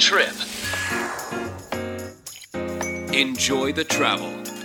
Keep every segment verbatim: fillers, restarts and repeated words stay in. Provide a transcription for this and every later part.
trip. Enjoy the travel.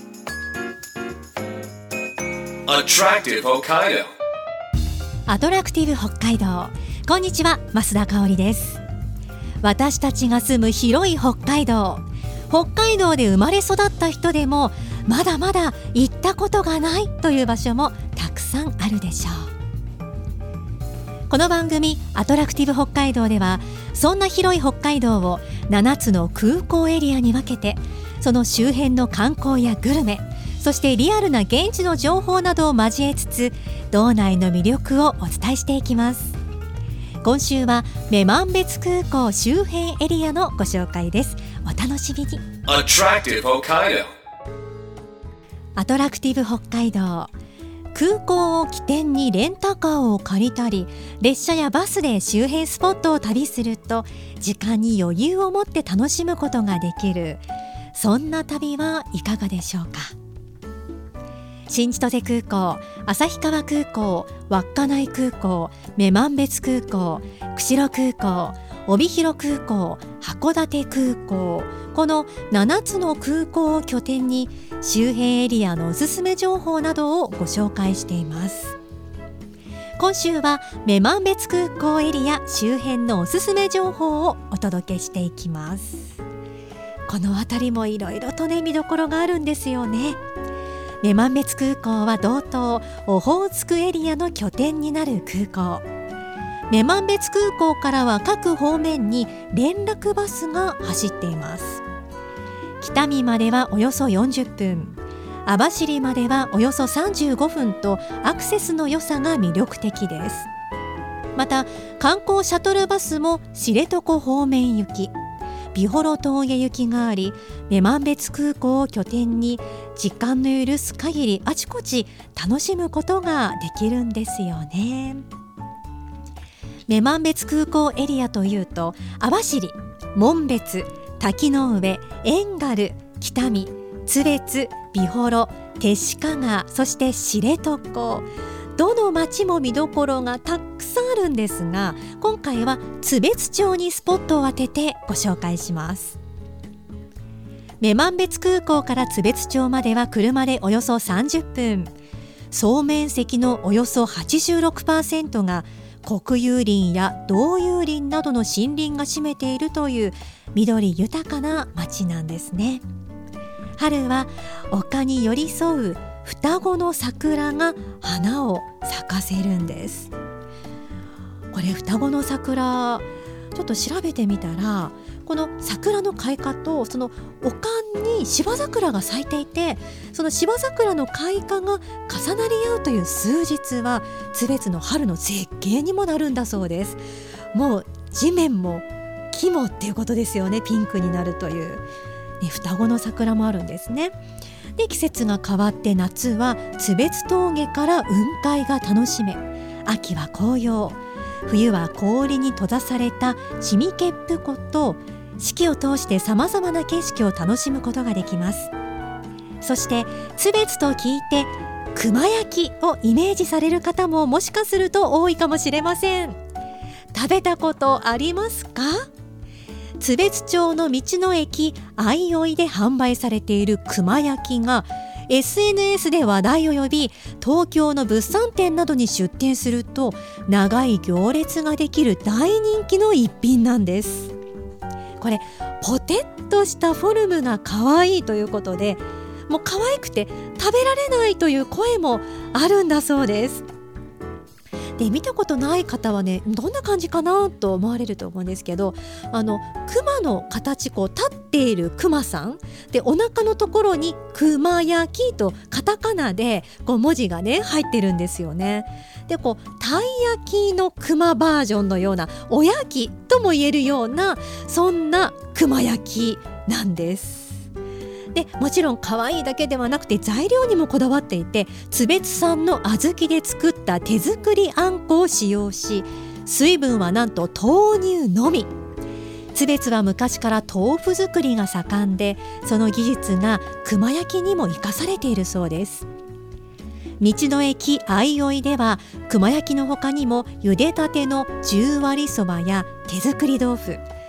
Attractive Hokkaido. アトラクティブ北海道。こんにちは、増田香織です。私たちが住む広い北海道。北海道で生まれ育った人でもまだまだ行ったことがないという場所もたくさんあるでしょう。この番組アトラクティブ北海道では、そんな広い北海道をななつの空港エリアに分けて、その周辺の観光やグルメ、そしてリアルな現地の情報などを交えつつ、道内の魅力をお伝えしていきます。今週は女満別空港周辺エリアのご紹介です。お楽しみに。 Attractive Hokkaido. アトラクティブ北海道。空港を起点にレンタカーを借りたり、列車やバスで周辺スポットを旅すると、時間に余裕を持って楽しむことができる、そんな旅はいかがでしょうか。新千歳空港、旭川空港、稚内空港、女満別空港、釧路空港、帯広空港、函館空港、このななつの空港を拠点に周辺エリアのおすすめ情報などをご紹介しています。今週は女満別空港エリア周辺のおすすめ情報をお届けしていきます。この辺りもいろいろとね、見どころがあるんですよね。女満別空港は道東オホーツクエリアの拠点になる空港。女満別空港からは各方面に連絡バスが走っています。北見まではおよそよんじゅっぷん、網走まではおよそさんじゅうごふんと、アクセスの良さが魅力的です。また観光シャトルバスも知床方面行き、美幌峠行きがあり、女満別空港を拠点に時間の許す限りあちこち楽しむことができるんですよね。女満別空港エリアというと、網走、紋別、滝の上、遠軽、北見、津別、美幌、弟子屈が、そして知床、どの町も見どころがたくさんあるんですが、今回は津別町にスポットを当ててご紹介します。女満別空港から津別町までは車でおよそさんじゅっぷん、総面積のおよそ はちじゅうろくパーセント が国有林や道有林などの森林が占めているという緑豊かな町なんですね。春は丘に寄り添う双子の桜が花を咲かせるんです。これ双子の桜、ちょっと調べてみたら、この桜の開花とその丘に芝桜が咲いていて、その芝桜の開花が重なり合うという数日は津別の春の絶景にもなるんだそうです。もう地面も木もっていうことですよね。ピンクになるという、ね、双子の桜もあるんですね。で、季節が変わって夏は津別峠から雲海が楽しめ、秋は紅葉、冬は氷に閉ざされたチミケップ湖と、四季を通してさまざまな景色を楽しむことができます。そして津別と聞いて熊焼きをイメージされる方ももしかすると多いかもしれません。食べたことありますか？津別町の道の駅あいおいで販売されている熊焼きが エスエヌエス で話題を呼び、東京の物産展などに出店すると長い行列ができる大人気の一品なんです。これポテッとしたフォルムが可愛いということで、もう可愛くて食べられないという声もあるんだそうです。で、見たことない方はね、どんな感じかなと思われると思うんですけど、あの熊の形、こう立っている熊さんで、お腹のところに熊焼きとカタカナでこう文字がね入ってるんですよね。で、こうたい焼きの熊バージョンのような、おやきとも言えるような、そんな熊焼きなんです。で、もちろん可愛いだけではなくて材料にもこだわっていて、津別産の小豆で作った手作りあんこを使用し、水分はなんと豆乳のみ。津別は昔から豆腐作りが盛んで、その技術が熊焼きにも生かされているそうです。道の駅あいおいでは熊焼きの他にも茹でたての十割そばや手作り豆腐、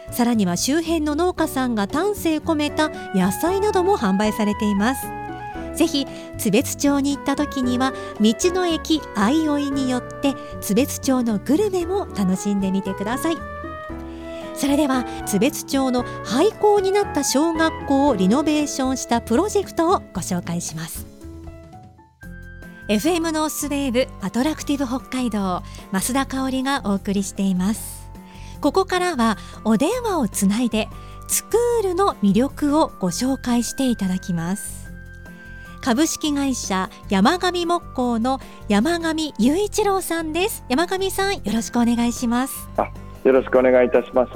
さらには周辺の農家さんが丹精込めた野菜なども販売されています。ぜひ津別町に行った時には道の駅あいおいによって津別町のグルメも楽しんでみてください。それでは津別町の廃校になった小学校をリノベーションしたプロジェクトをご紹介します。 エフエム ノースウェーブアトラクティブ北海道、増田香織がお送りしています。ここからはお電話をつないでツクールの魅力をご紹介していただきます。株式会社山上木工の山上雄一郎さんです。山上さん、よろしくお願いします。 あ、よろしくお願いいたします。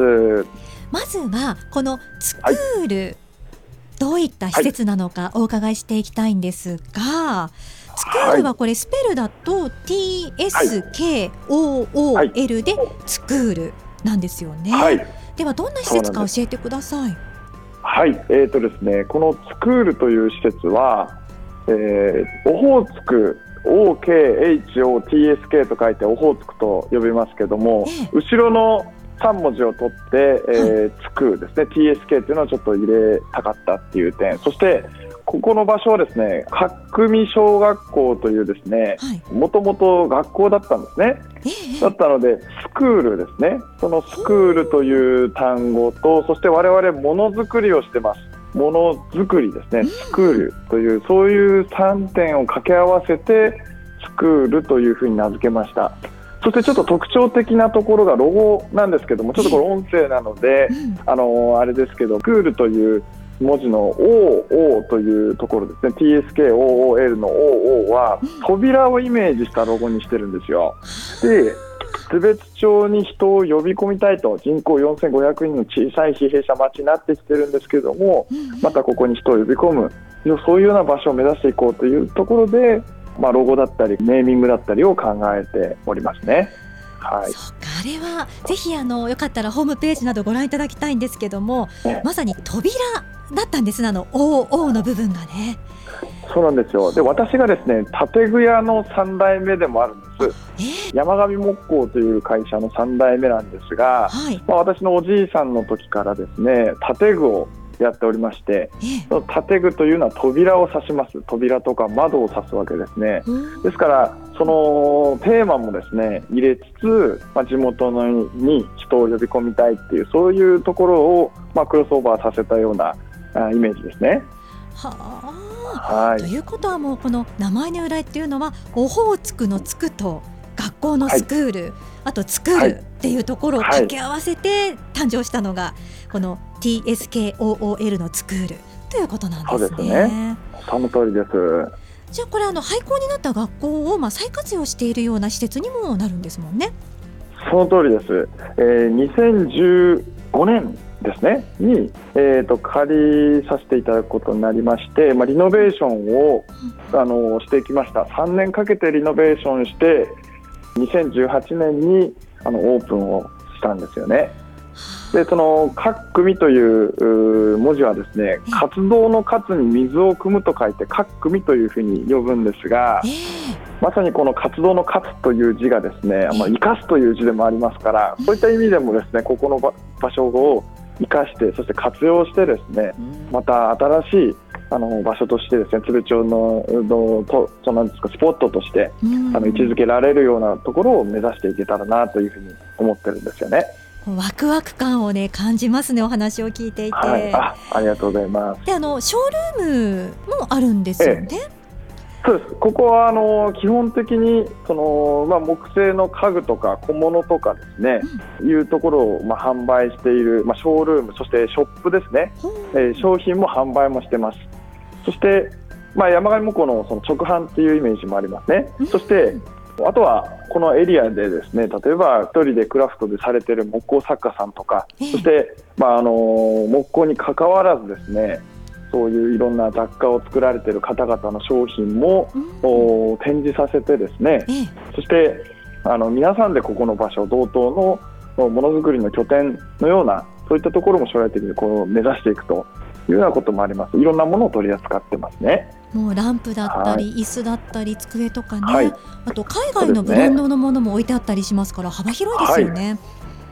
まずはこのツクール、はい、どういった施設なのかお伺いしていきたいんですが、ツクールはこれスペルだと ティーエスケーオーオーエル でツクールなんですよね、はい、ではどんな施設か教えてください。 はい、えーとですね、このツクールという施設は、えー、オホーツク オーケーエイチオーティーエスケー と書いてオホーツクと呼びますけども、ええ、後ろのさん文字を取って、えー、ツクですね、 ティーエスケー というのをちょっと入れたかったっていう点、そしてここの場所はですね、角見小学校というですね、もともと学校だったんですね、ええ、だったのでスクールですね、そのスクールという単語と、そして我々ものづくりをしてます、ものづくりですね、スクールという、そういうさんてんを掛け合わせてスクールというふうに名付けました。そしてちょっと特徴的なところがロゴなんですけども、ちょっとこれ音声なので、あのあれですけど、スクールという文字の オーオー というところですね、 ティーエスケーオーオーエル の オーオー は扉をイメージしたロゴにしてるんですよ。で、津別町に人を呼び込みたいと、人口よんせんごひゃくにんの小さい疲弊者町になってきてるんですけれども、またここに人を呼び込む、そういうような場所を目指していこうというところで、まあ、ロゴだったりネーミングだったりを考えておりますね。はい、 そうか、あれはぜひあのよかったらホームページなどご覧いただきたいんですけども、ね、まさに扉だったんですね、あの オーオー の部分がね。 そうなんですよ。で、私がですね、建具屋のさん代目でもあるんです。えー、山上木工という会社のさん代目なんですが、はい、まあ、私のおじいさんの時からですね、建具をやっておりまして、えー、その建具というのは扉を指します。扉とか窓を指すわけですね。ですからそのテーマもですね入れつつ、まあ、地元のに人を呼び込みたいっていう、そういうところを、まあ、クロスオーバーさせたようなあイメージですね。はあ、はい、ということはもうこの名前の由来っていうのはオホーツクのつくと学校のスクール、はい、あと作るっていうところを掛け合わせて誕生したのがこの ティーエスケーオーオーエル のスクールということなんですね。 そうですね、その通りです。 じゃあこれあの廃校になった学校をまあ再活用しているような施設にもなるんですもんね。 その通りです。えー、にせんじゅうごねんですねに、えー、と借りさせていただくことになりまして、まあ、リノベーションを、うん、あのしていきました。さんねんかけてリノベーションしてにせんじゅうはちねんにあのオープンをしたんですよね。で、その各組という文字はですね、活動の活に水を汲むと書いて各組というふうに呼ぶんですが、えー、まさにこの活動の活という字がですね、まあ、生かすという字でもありますから、そういった意味でもですね、ここの場所を生かして、そして活用してですね、また新しいあの場所としてですね、津部町ののとそのなんですかスポットとしてあの位置づけられるようなところを目指していけたらなというふうに思ってるんですよね。 ワクワク感をね感じますね、お話を聞いていて、はい、 あ, ありがとうございます。 で、あのショールームもあるんですよね。ええ、 そうです。ここはあの基本的にその、まあ、木製の家具とか小物とかですね、うん、いうところを、まあ、販売している、まあ、ショールーム、そしてショップですね、うん、えー、商品も販売もしてます。そして、まあ、山上木工のその直販っていうイメージもありますね。うん、そしてあとはこのエリアでですね、例えば一人でクラフトでされている木工作家さんとか、えー、そして、まあ、あの木工に関わらずですね、そういういろんな雑貨を作られている方々の商品も、うん、展示させてですね、えー、そしてあの皆さんでここの場所、同等のものづくりの拠点のような、そういったところも将来的にこう目指していくというようなこともあります。いろんなものを取り扱ってますね。 もうランプだったり、はい、椅子だったり机とかね、はい、あと海外のブランドのものも置いてあったりしますから幅広いですよね。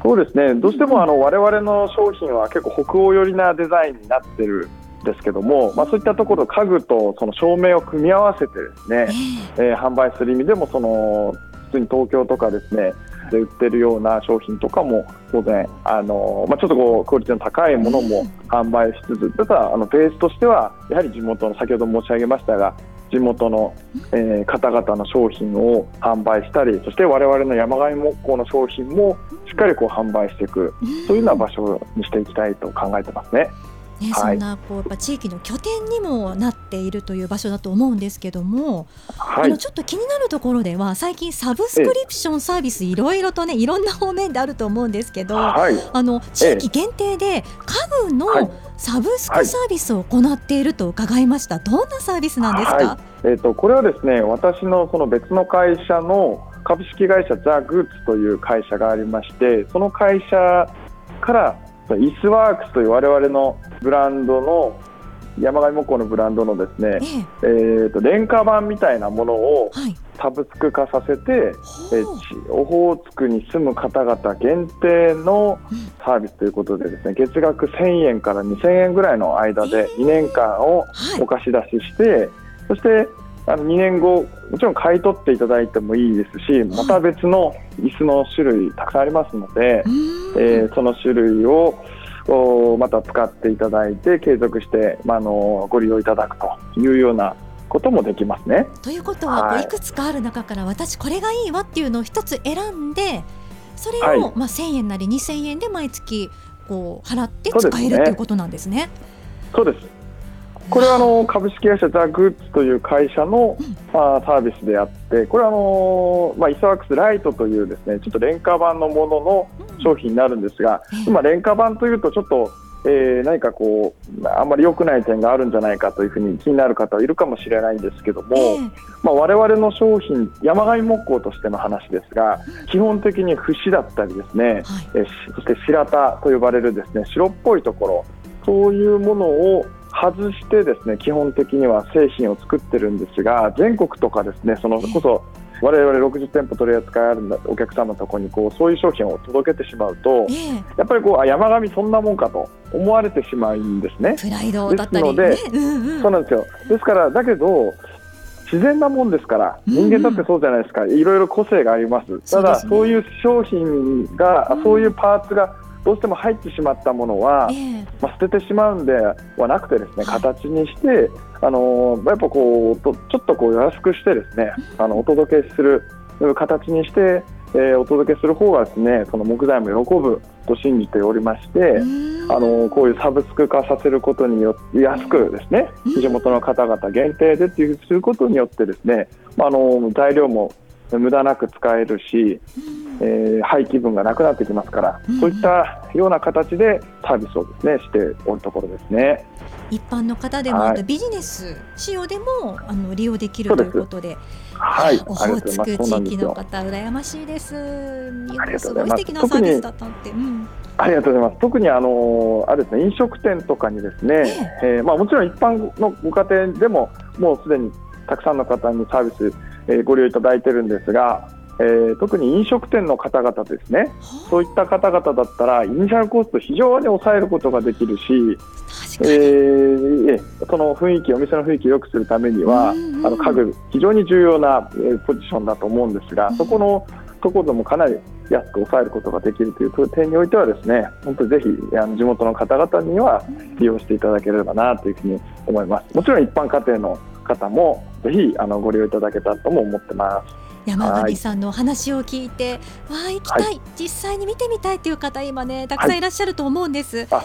そうですね、どうしてもあの我々の商品は結構北欧寄りなデザインになってるんですけども、まあ、そういったところ家具とその照明を組み合わせてですね、えーえー、販売する意味でもその普通に東京とかですねで売ってるような商品とかも当然あの、まあ、ちょっとこうクオリティの高いものも販売しつつ、ただあのベースとしてはやはり地元の、先ほど申し上げましたが地元の、えー、方々の商品を販売したり、そして我々の山上木工の商品もしっかりこう販売していく、そういうような場所にしていきたいと考えてますね。 ね、 はい、 そんなこうやっぱ地域の拠点にもなっているという場所だと思うんですけども、 はい、 あのちょっと気になるところでは最近サブスクリプションサービスいろいろとねいろんな方面であると思うんですけど、はい、あの地域限定で家具のサブスクサービスを行っていると伺いました。どんなサービスなんですか？ はい、えーと、これはですね、私のその別の会社の株式会社ザ・グッズという会社がありまして、その会社からイスワークスという我々のブランドの山上木工のブランドのですね、えええー、と廉価版みたいなものをサブスク化させて、はい、えー、オホーツクに住む方々限定のサービスということでですね、月額せんえんからにせんえんぐらいの間でにねんかんをお貸し出しして、はい、そしてあのにねんごもちろん買い取っていただいてもいいですし、また別の椅子の種類たくさんありますので、えー、その種類をまた使っていただいて継続して、まあ、あのご利用いただくというようなこともできますね。 ということは、はい、いくつかある中から私これがいいわっていうのを一つ選んで、それを、はい、まあ、せんえんなりにせんえんで毎月こう払って使えるということなんですね。 そうです。これはあの株式会社ザ・グッズという会社の、うん、まあ、サービスであって、これはあの、まあ、イスワークスライトというですねちょっと廉価版のものの商品になるんですが、うん、今廉価版というとちょっと、えー、何かこうあんまり良くない点があるんじゃないかというふうに気になる方はいるかもしれないんですけども、えーまあ、我々の商品山上木工としての話ですが、基本的に節だったりですね、はい、えそして白田と呼ばれるですね白っぽいところ、そういうものを外してですね基本的には製品を作ってるんですが、全国とかですねそのこそ我々ろくじゅってんぽ取り扱いあるんだお客様のところにこうそういう商品を届けてしまうと、やっぱりこうあ山上そんなもんかと思われてしまうんですね。 プライドだったり、ね、 ですので、うんうん、そうなんですよ。ですからだけど自然なもんですから、人間だってそうじゃないですか、うんうん、いろいろ個性があります。ただ そうですね、そういう商品が、うん、そういうパーツがどうしても入ってしまったものは、えーまあ、捨ててしまうんではなくてですね、形にして、あのー、やっぱこうとちょっとこう安くしてですね、あのお届けする形にして、えー、お届けする方がですねその木材も喜ぶと信じておりまして、あのー、こういうサブスク化させることによって安くですね地元の方々限定でっていうすることによってですね、まあ、あのー、材料も無駄なく使えるし、えー、廃棄分がなくなってきますから、うん、そういったような形でサービスをですねしておるところですね。 一般の方でも、はい、ビジネス仕様でもあの利用できるということで、 はい、 オホーツク地域の方羨ましいです。すごい素敵なサービスだったって、うん、 ありがとうございます。特にあのあれですね、飲食店とかにですね、えーえーまあ、もちろん一般のご家庭でももうすでにたくさんの方にサービス、えー、ご利用いただいてるんですが、えー、特に飲食店の方々ですね、そういった方々だったらイニシャルコスト非常に抑えることができるし、えー、その雰囲気お店の雰囲気を良くするためには、うんうん、あの家具非常に重要な、えー、ポジションだと思うんですが、うん、そこのところでもかなり安く抑えることができるという点においてはですね、本当にぜひあの地元の方々には利用していただければなというふうに思います。もちろん一般家庭の方もぜひあのご利用いただけたらとも思ってます。 山上さんのお話を聞いて、わあ行きたい、はい、実際に見てみたいという方今ねたくさんいらっしゃると思うんです、 はい、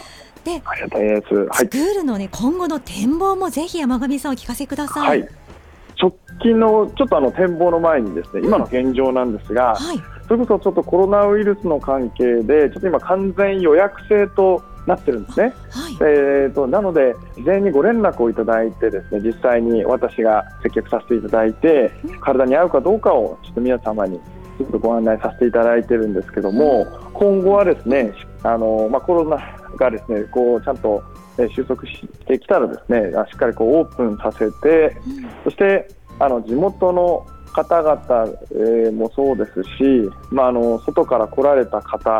でありがたいです、はい、 スクールの、ね、今後の展望もぜひ山上さんお聞かせください。 はい、直近のちょっとあの展望の前にですね、今の現状なんですが、うん、はい、それこそちょっとコロナウイルスの関係でちょっと今完全予約制となってるんですね、はい、えー、となので事前にご連絡をいただいてですね、実際に私が接客させていただいて、うん、体に合うかどうかをちょっと皆様にちょっとご案内させていただいてるんですけども、うん、今後はですねあの、まあ、コロナがですねこうちゃんと収束してきたらですねしっかりこうオープンさせて、うん、そしてあの地元の方々、えー、もそうですし、まあ、あの外から来られた方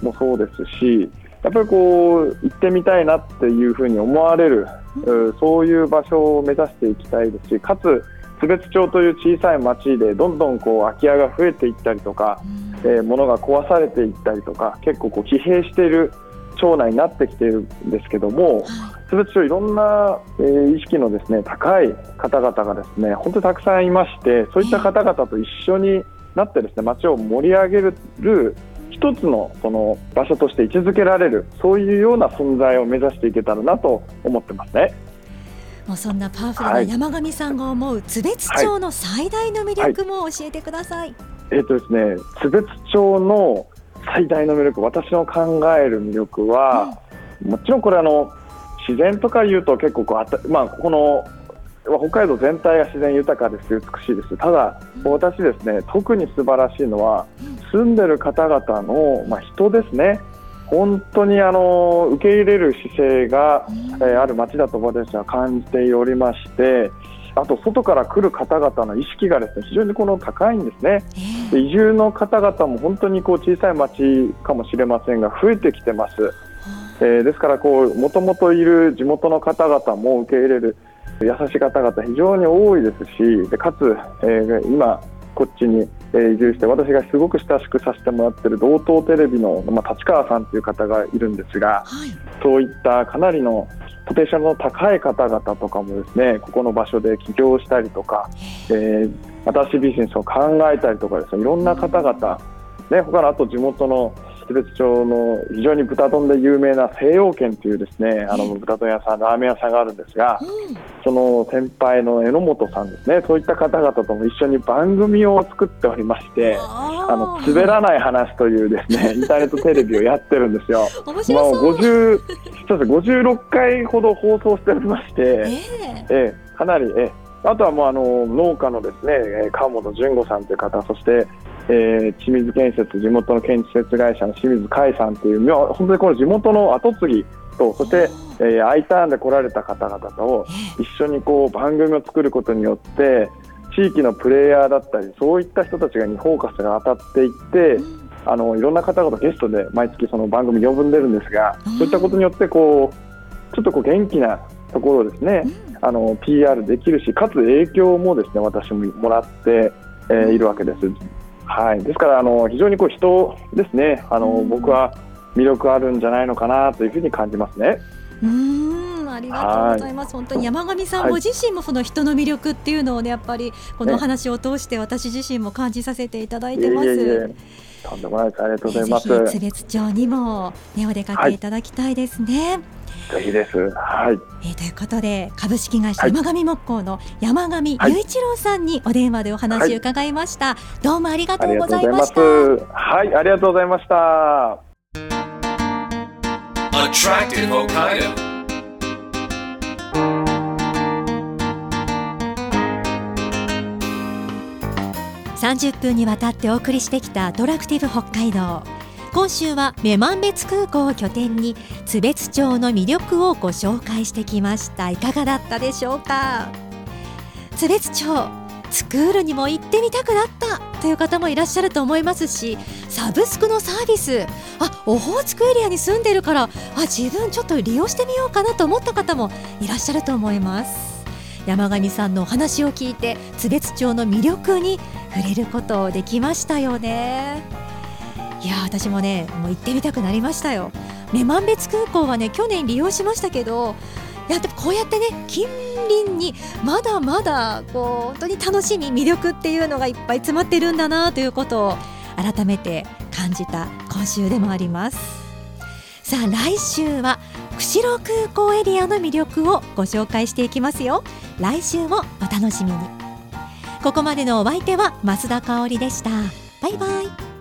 もそうですし、やっぱりこう行ってみたいなっていうふうに思われる、うん、そういう場所を目指していきたいですし、かつ津別町という小さい町でどんどんこう空き家が増えていったりとか、うん、えー、物が壊されていったりとか、結構こう疲弊している町内になってきているんですけども、津別町いろんな、えー、意識のですね高い方々がですね本当にたくさんいまして、そういった方々と一緒になってですね町を盛り上げる一つのその場所として位置づけられる、そういうような存在を目指していけたらなと思ってますね。 もうそんなパワフルな山上さんが思う津別町の最大の魅力も教えてください。はいはい、 えーとですね、津別町の最大の魅力、私の考える魅力は、うん、もちろんこれあの自然とかいうと結構こうあた、まあ、この北海道全体が自然豊かです、美しいです。ただ、うん、私ですね特に素晴らしいのは、うん、住んでる方々の、まあ、人ですね。本当にあの受け入れる姿勢が、うん、えー、ある町だと私は感じておりまして、あと外から来る方々の意識がですね非常にこの高いんですね。で移住の方々も本当にこう小さい町かもしれませんが増えてきてます。えー、ですからこうもともといる地元の方々も受け入れる優しい方々非常に多いですし、でかつ、えー、今こっちに移住して私がすごく親しくさせてもらっている道東テレビの、まあ、立川さんという方がいるんですが、はい、そういったかなりのポテンシャルの高い方々とかもですねここの場所で起業したりとか、えー、新しいビジネスを考えたりとかですね、いろんな方々、ね、他のあと地元の津別町の非常に豚丼で有名な西洋軒というですねあの豚丼屋さん、ラーメン屋さんがあるんですが、うん、その先輩の榎本さんですね、そういった方々とも一緒に番組を作っておりまして、あの滑らない話というですねインターネットテレビをやってるんですよ。 面白そう。 まあ、ごじゅうそうですごじゅうろっかいほど放送しておりまして、えーえー、かなりえあとはもうあの農家のですね川本純子さんという方、そしてえー、清水建設、地元の建設会社の清水海さんという、本当にこの地元の後継ぎと、そして、えー、Iターンで来られた方々と一緒にこう番組を作ることによって地域のプレイヤーだったり、そういった人たちがにフォーカスが当たっていって、あのいろんな方々ゲストで毎月その番組呼んでるんですが、そういったことによってこうちょっとこう元気なところをですね、あの ピーアール できるし、かつ影響もですね私ももらって、えー、いるわけです。はい、ですからあの非常にこう人ですね、あの、うん、僕は魅力あるんじゃないのかなというふうに感じますね。 うーん、ありがとうございます。本当に山上さんご自身もその人の魅力っていうのをね、やっぱりこのお話を通して私自身も感じさせていただいてます。いえいえいえ、 とんでもないです。ありがとうございます。 ぜひ津別町にも、ね、お出かけいただきたいですね。 はい、ぜひです。はい。 えー、ということで株式会社山上木工の山上雄一郎さんにお電話でお話を伺いました。はい、どうもありがとうございました。 はい、ありがとうございました。 Attractive Hokkaido。 さんじゅっぷんにわたってお送りしてきたアトラクティブ北海道。今週は女満別空港を拠点に津別町の魅力をご紹介してきました。いかがだったでしょうか。津別町スクールにも行ってみたくなったという方もいらっしゃると思いますし、サブスクのサービス、あ、オホーツクエリアに住んでるから、あ、自分ちょっと利用してみようかなと思った方もいらっしゃると思います。山上さんのお話を聞いて津別町の魅力に触れることできましたよね。いや、私もね、もう行ってみたくなりましたよ。女満別空港はね、去年利用しましたけど、やっぱこうやってね、近隣にまだまだこう本当に楽しみ、魅力っていうのがいっぱい詰まってるんだなということを改めて感じた今週でもあります。さあ、来週は釧路空港エリアの魅力をご紹介していきますよ。来週もお楽しみに。ここまでのお相手は増田香織でした。バイバイ。